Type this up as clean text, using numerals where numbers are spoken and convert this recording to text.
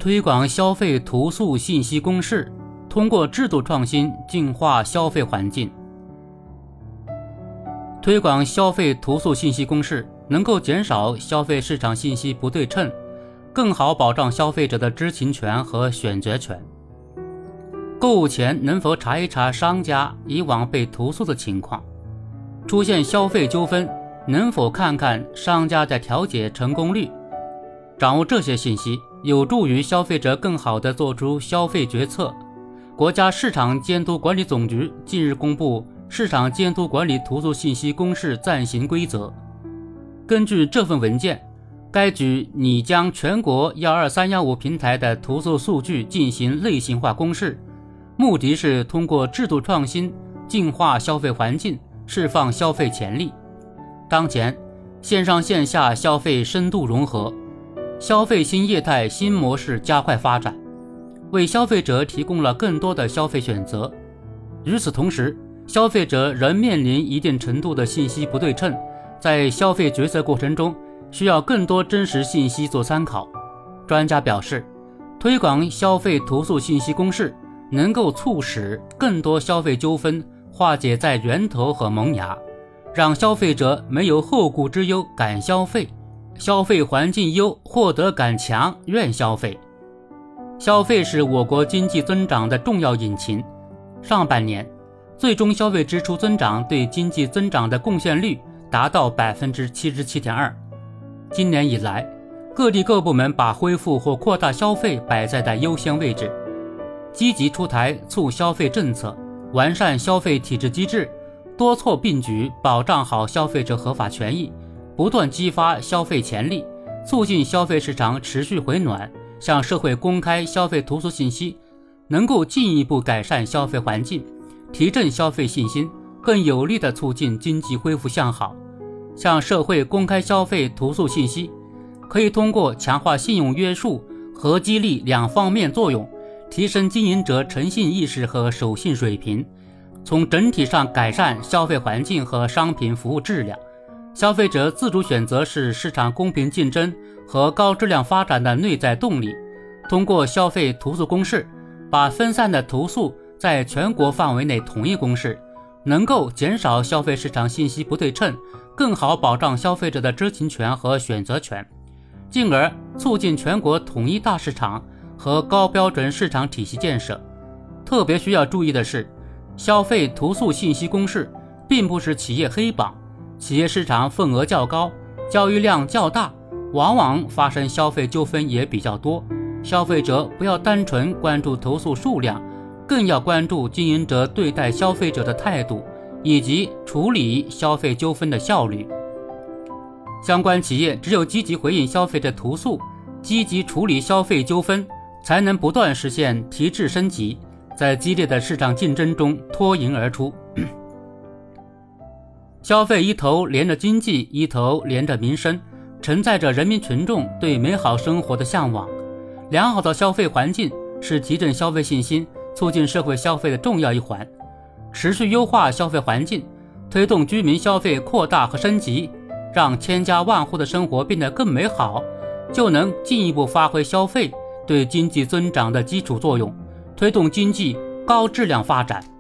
推广消费图速信息公示，通过制度创新净化消费环境。推广消费图速信息公示，能够减少消费市场信息不对称，更好保障消费者的知情权和选择权。购物前能否查一查商家以往被投诉的情况？出现消费纠纷，能否看看商家的调解成功率？掌握这些信息，有助于消费者更好地做出消费决策。国家市场监督管理总局近日公布《市场监督管理投诉信息公示暂行规则》。根据这份文件，该局拟将全国12315平台的投诉数据进行类型化公示，目的是通过制度创新净化消费环境，释放消费潜力。当前，线上线下消费深度融合，消费新业态新模式加快发展，为消费者提供了更多的消费选择。与此同时，消费者仍面临一定程度的信息不对称，在消费决策过程中需要更多真实信息做参考。专家表示，推广消费投诉信息公示能够促使更多消费纠纷化解在源头和萌芽，让消费者没有后顾之忧敢消费，消费环境优获得感强愿消费。消费是我国经济增长的重要引擎，上半年最终消费支出增长对经济增长的贡献率达到 77.2%。 今年以来，各地各部门把恢复或扩大消费摆在了优先位置，积极出台促消费政策，完善消费体制机制，多措并举保障好消费者合法权益，不断激发消费潜力，促进消费市场持续回暖，向社会公开消费投诉信息，能够进一步改善消费环境，提振消费信心，更有力地促进经济恢复向好。向社会公开消费投诉信息，可以通过强化信用约束和激励两方面作用，提升经营者诚信意识和守信水平，从整体上改善消费环境和商品服务质量。消费者自主选择是市场公平竞争和高质量发展的内在动力。通过消费投诉公示，把分散的投诉在全国范围内统一公示，能够减少消费市场信息不对称，更好保障消费者的知情权和选择权，进而促进全国统一大市场和高标准市场体系建设。特别需要注意的是，消费投诉信息公示并不是企业黑榜，企业市场份额较高，交易量较大，往往发生消费纠纷也比较多。消费者不要单纯关注投诉数量，更要关注经营者对待消费者的态度，以及处理消费纠纷的效率。相关企业只有积极回应消费者投诉，积极处理消费纠纷，才能不断实现提质升级，在激烈的市场竞争中脱颖而出。消费一头连着经济，一头连着民生，承载着人民群众对美好生活的向往。良好的消费环境是提振消费信心、促进社会消费的重要一环。持续优化消费环境，推动居民消费扩大和升级，让千家万户的生活变得更美好，就能进一步发挥消费对经济增长的基础作用，推动经济高质量发展。